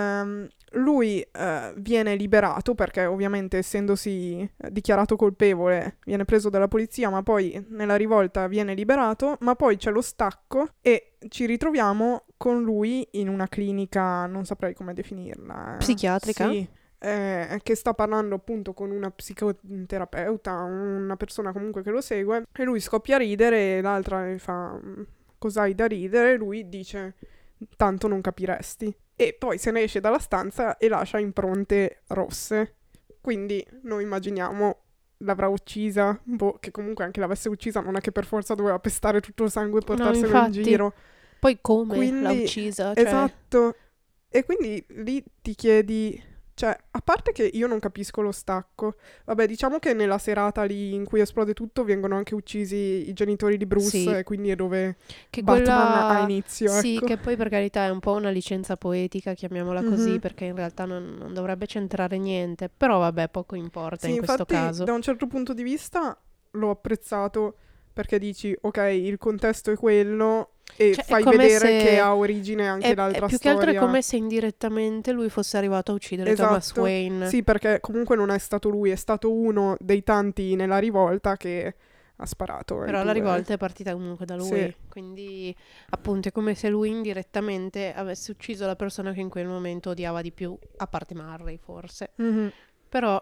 Lui viene liberato perché ovviamente essendosi dichiarato colpevole viene preso dalla polizia, ma poi nella rivolta viene liberato, ma poi c'è lo stacco e ci ritroviamo con lui in una clinica, non saprei come definirla. Psichiatrica? Sì. Che sta parlando appunto con una psicoterapeuta, una persona comunque che lo segue, e lui scoppia a ridere e l'altra gli fa cos'hai da ridere? E lui dice tanto non capiresti. E poi se ne esce dalla stanza e lascia impronte rosse. Quindi noi immaginiamo l'avrà uccisa, che comunque anche l'avesse uccisa non è che per forza doveva pestare tutto il sangue e portarselo in infatti. giro. Poi come Quindi, l'ha uccisa? Cioè, esatto. E quindi lì ti chiedi, cioè, a parte che io non capisco lo stacco, vabbè, diciamo che nella serata lì in cui esplode tutto vengono anche uccisi i genitori di Bruce, Sì. e quindi è dove che Batman quella... ha inizio, Sì, ecco. che poi per carità è un po' una licenza poetica, chiamiamola così, Mhm. perché in realtà non dovrebbe centrare niente. Però vabbè, poco importa Sì, in questo infatti, caso. da un certo punto di vista l'ho apprezzato perché dici, ok, il contesto è quello e Cioè, è fai come vedere se- che ha origine anche l'altra più che storia. altro è come se indirettamente lui fosse arrivato a uccidere Thomas Esatto. Wayne. Sì, perché comunque non è stato lui, è stato uno dei tanti nella rivolta che ha sparato. Però la rivolta è partita comunque da lui. Sì. Quindi, appunto, è come se lui indirettamente avesse ucciso la persona che in quel momento odiava di più, a parte Murray, forse. Mhm. Però,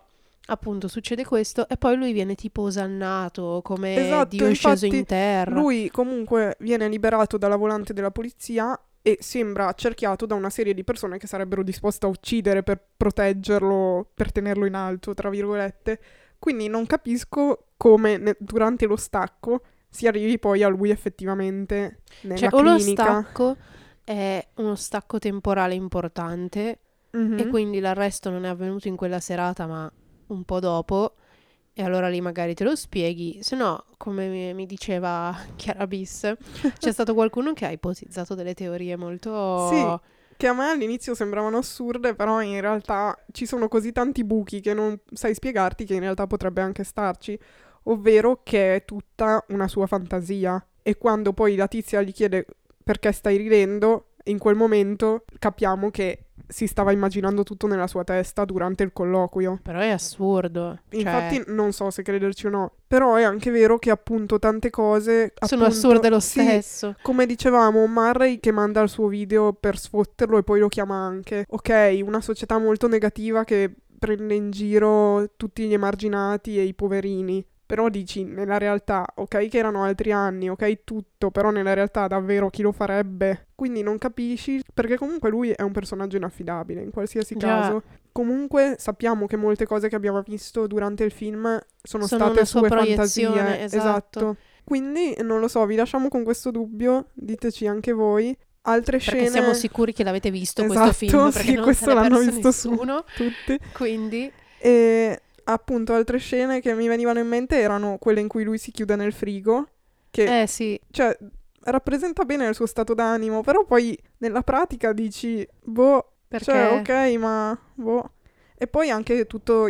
appunto succede questo e poi lui viene tipo osannato come Esatto, Dio è sceso in infatti terra. lui comunque viene liberato dalla volante della polizia e sembra accerchiato da una serie di persone che sarebbero disposte a uccidere per proteggerlo, per tenerlo in alto, tra virgolette. Quindi non capisco come durante lo stacco si arrivi poi a lui effettivamente nella Cioè, o lo clinica. stacco è uno stacco temporale importante e Mhm. quindi l'arresto non è avvenuto in quella serata ma un po' dopo e allora lì magari te lo spieghi, se no come mi diceva Chiara Bis c'è stato qualcuno che ha ipotizzato delle teorie Sì, molto... che a me all'inizio sembravano assurde, però in realtà ci sono così tanti buchi che non sai spiegarti che in realtà potrebbe anche starci, ovvero che è tutta una sua fantasia. E quando poi la tizia gli chiede perché stai ridendo, in quel momento capiamo che si stava immaginando tutto nella sua testa durante il colloquio. Però è assurdo, cioè Infatti non so se crederci o no, però è anche vero che appunto tante cose, sono appunto, assurde lo sì, stesso. come dicevamo, Murray che manda il suo video per sfotterlo e poi lo chiama anche. Ok, una società molto negativa che prende in giro tutti gli emarginati e i poverini. Però dici, nella realtà, ok che erano altri anni, ok tutto, però nella realtà davvero chi lo farebbe? Quindi non capisci, perché comunque lui è un personaggio inaffidabile, in qualsiasi Già, caso. Comunque sappiamo che molte cose che abbiamo visto durante il film sono sono state una sua sue proiezione, fantasie. esatto. Quindi non lo so, vi lasciamo con questo dubbio, diteci anche voi. Altre Perché siamo scene... sicuri che l'avete visto questo Esatto, film, perché sì, non se questo n'è l'hanno perso visto su nessuno. tutti. Quindi, E appunto altre scene che mi venivano in mente erano quelle in cui lui si chiude nel frigo, che sì, cioè rappresenta bene il suo stato d'animo, però poi nella pratica dici, boh, cioè perché ok, ma boh. E poi anche tutto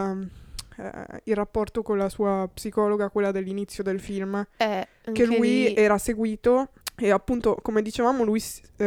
il rapporto con la sua psicologa, quella dell'inizio del film, che anche lui lì, era seguito e appunto, come dicevamo, lui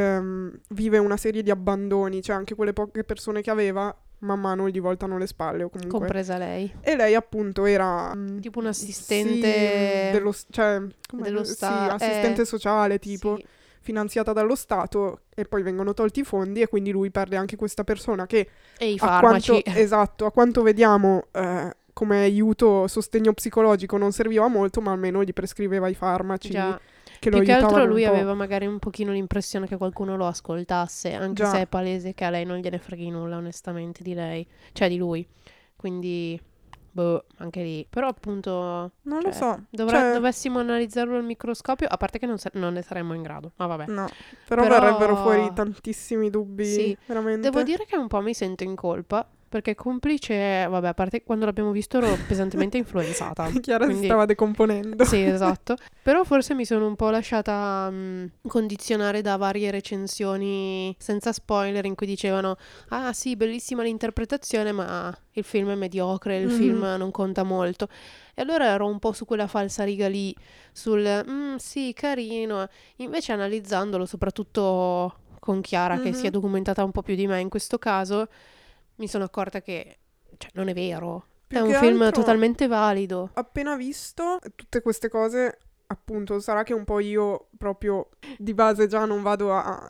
vive una serie di abbandoni, cioè anche quelle poche persone che aveva, man mano gli voltano le spalle o comunque. compresa lei, E lei appunto era tipo un sì, assistente cioè, dello sì, Stato, assistente sociale tipo, sì, finanziata dallo Stato e poi vengono tolti i fondi e quindi lui perde anche questa persona che e i a farmaci. quanto, esatto, a quanto vediamo come aiuto, sostegno psicologico non serviva molto, ma almeno gli prescriveva i farmaci Già, che lo più che altro aiutavano un lui po'. aveva magari un pochino l'impressione che qualcuno lo ascoltasse, anche se Già, è palese che a lei non gliene freghi nulla, onestamente, di lei, cioè di lui. Quindi, boh, anche lì. Però appunto, non lo cioè, so, cioè, dovessimo analizzarlo al microscopio, a parte che non ne saremmo in grado, ma vabbè. no, però verrebbero fuori Però, tantissimi dubbi, sì, devo veramente. dire che un po' mi sento in colpa, perché complice, vabbè, a parte quando l'abbiamo visto ero pesantemente influenzata, Chiara si quindi... stava decomponendo. Sì, esatto. Però forse mi sono un po' lasciata condizionare da varie recensioni senza spoiler in cui dicevano: ah sì, bellissima l'interpretazione, ma il film è mediocre, il film Mhm. non conta molto. E allora ero un po' su quella falsariga lì, sul sì, carino. Invece analizzandolo, soprattutto con Chiara, che si è Mhm. documentata un po' più di me in questo caso, mi sono accorta che, cioè, non è vero. È Più un che film altro, totalmente valido. appena visto tutte queste cose, appunto, sarà che un po' io proprio di base già non vado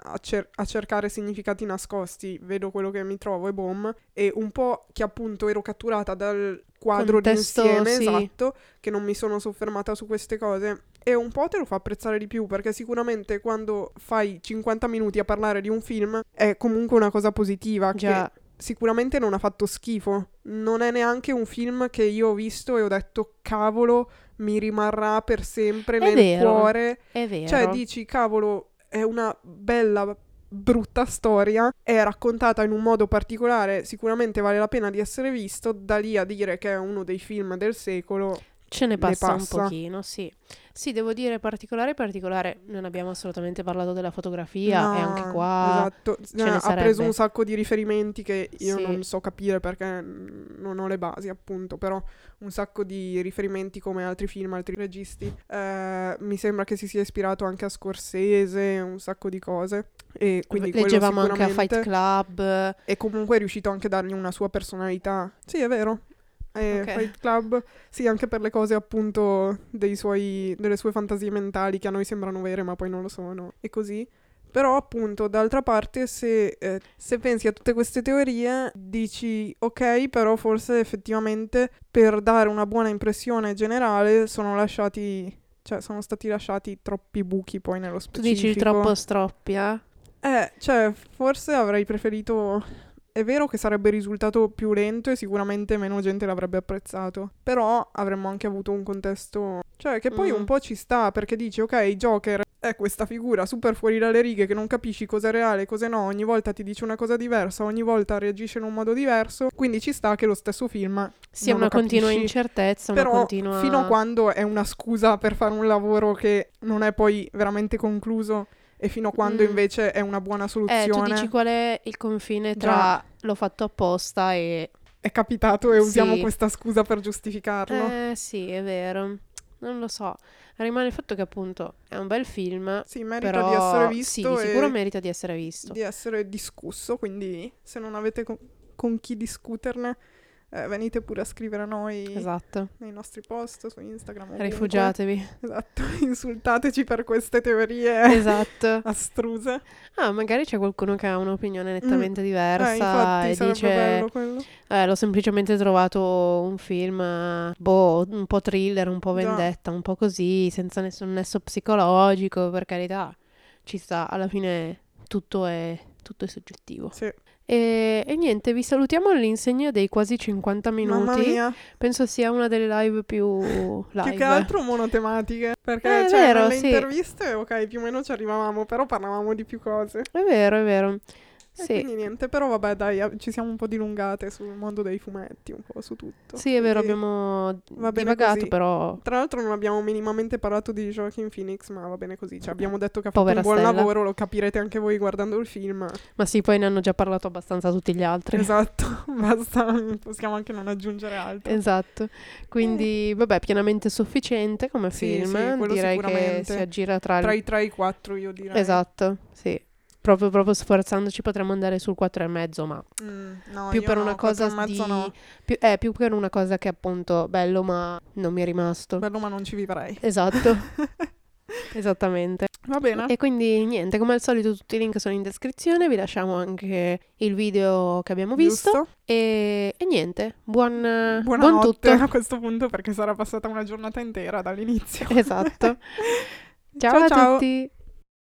a cercare significati nascosti, vedo quello che mi trovo e boom, e un po' che appunto ero catturata dal quadro Contesto, d'insieme, sì, esatto, che non mi sono soffermata su queste cose. E un po' te lo fa apprezzare di più, perché sicuramente quando fai 50 minuti a parlare di un film è comunque una cosa positiva, che già, sicuramente non ha fatto schifo. Non è neanche un film che io ho visto e ho detto, cavolo, mi rimarrà per sempre è nel vero, cuore. è Cioè, vero. dici, cavolo, è una bella, brutta storia, è raccontata in un modo particolare, sicuramente vale la pena di essere visto, da lì a dire che è uno dei film del secolo, Ce ne ne passa un passa. pochino, sì. Sì, devo dire particolare, non abbiamo assolutamente parlato della fotografia e anche No, qua esatto. ce ne Ha preso un sarebbe. sacco di riferimenti che io Sì, non so capire perché non ho le basi, appunto, però un sacco di riferimenti come altri film, altri registi. Mi sembra che si sia ispirato anche a Scorsese, un sacco di cose. E quindi quello leggevamo anche a Fight sicuramente. Club. E comunque è riuscito anche a dargli una sua personalità. Sì, è vero. Ok, Fight Club, sì, anche per le cose appunto delle sue fantasie mentali che a noi sembrano vere ma poi non lo sono. E così. Però appunto d'altra parte se pensi a tutte queste teorie dici ok, però forse effettivamente per dare una buona impressione generale sono stati lasciati troppi buchi poi nello Tu dici il specifico. troppo stroppia? Cioè forse avrei preferito. È vero che sarebbe risultato più lento e sicuramente meno gente l'avrebbe apprezzato, però avremmo anche avuto un contesto, cioè che poi un po' ci sta, perché dici ok, Joker è questa figura super fuori dalle righe che non capisci cosa è reale e cosa no, ogni volta ti dice una cosa diversa, ogni volta reagisce in un modo diverso, quindi ci sta che lo stesso film sia non una lo continua capisci, incertezza, però una continua... fino a quando è una scusa per fare un lavoro che non è poi veramente concluso e fino a quando invece è una buona soluzione. Tu dici qual è il confine tra l'ho fatto apposta e... È capitato e usiamo questa scusa per giustificarlo. Sì, è vero. Non lo so. Rimane il fatto che appunto è un bel film. Sì, merita però... di essere visto. Sì, di sicuro merita di essere visto. Di essere discusso, quindi se non avete con chi discuterne, venite pure a scrivere a noi nei nostri post su Instagram. Ovunque. Rifugiatevi. Esatto, insultateci per queste teorie astruse. Magari c'è qualcuno che ha un'opinione nettamente diversa infatti, e dice bello quello. L'ho semplicemente trovato un film un po' thriller, un po' vendetta, un po' così, senza nessun nesso psicologico, per carità. Ci sta, alla fine tutto è soggettivo. Sì. E niente, vi salutiamo all'insegna dei quasi 50 minuti. Mamma mia. Penso sia una delle live più live. Più che altro monotematiche. Perché vero, nelle interviste, ok, più o meno ci arrivavamo, però parlavamo di più cose. È vero. Sì. Quindi niente, però vabbè dai, ci siamo un po' dilungate sul mondo dei fumetti, un po' su tutto. Sì, è vero, abbiamo divagato, però... Tra l'altro non abbiamo minimamente parlato di Joaquin Phoenix, ma va bene così. Cioè abbiamo detto che ha fatto un buon lavoro, lo capirete anche voi guardando il film. Ma sì, poi ne hanno già parlato abbastanza tutti gli altri. Esatto, basta, possiamo anche non aggiungere altro. Esatto, quindi vabbè, pienamente sufficiente come film. Sì, direi che si aggira tra i 3 e i 4, io direi. Esatto, sì. Proprio sforzandoci potremmo andare sul 4,5, ma più per una cosa più per una cosa che appunto bello ma non mi è rimasto. Bello ma non ci vivrei. Esatto. Esattamente. Va bene. E quindi niente, come al solito tutti i link sono in descrizione, vi lasciamo anche il video che abbiamo visto. Giusto. E niente, buon tutto tutto a questo punto, perché sarà passata una giornata intera dall'inizio. Esatto. Ciao a tutti.